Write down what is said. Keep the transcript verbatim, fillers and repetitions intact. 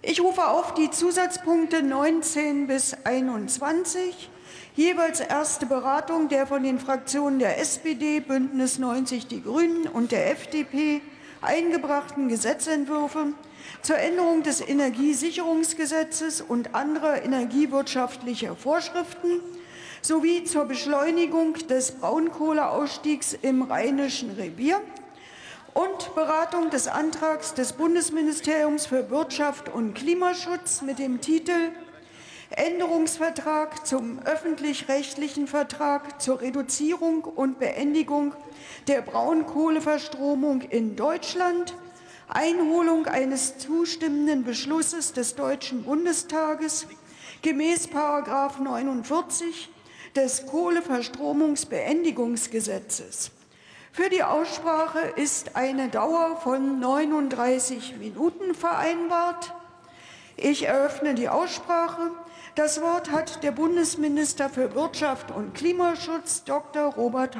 Ich rufe auf die Zusatzpunkte neunzehn bis einundzwanzig, jeweils erste Beratung der von den Fraktionen der S P D, Bündnis neunzig Die Grünen und der F D P eingebrachten Gesetzentwürfe zur Änderung des Energiesicherungsgesetzes und anderer energiewirtschaftlicher Vorschriften sowie zur Beschleunigung des Braunkohleausstiegs im Rheinischen Revier und Beratung des Antrags des Bundesministeriums für Wirtschaft und Klimaschutz mit dem Titel Änderungsvertrag zum öffentlich-rechtlichen Vertrag zur Reduzierung und Beendigung der Braunkohleverstromung in Deutschland, Einholung eines zustimmenden Beschlusses des Deutschen Bundestages gemäß Paragraph neunundvierzig des Kohleverstromungsbeendigungsgesetzes. Für die Aussprache ist eine Dauer von neununddreißig Minuten vereinbart. Ich eröffne die Aussprache. Das Wort hat der Bundesminister für Wirtschaft und Klimaschutz, Doktor Robert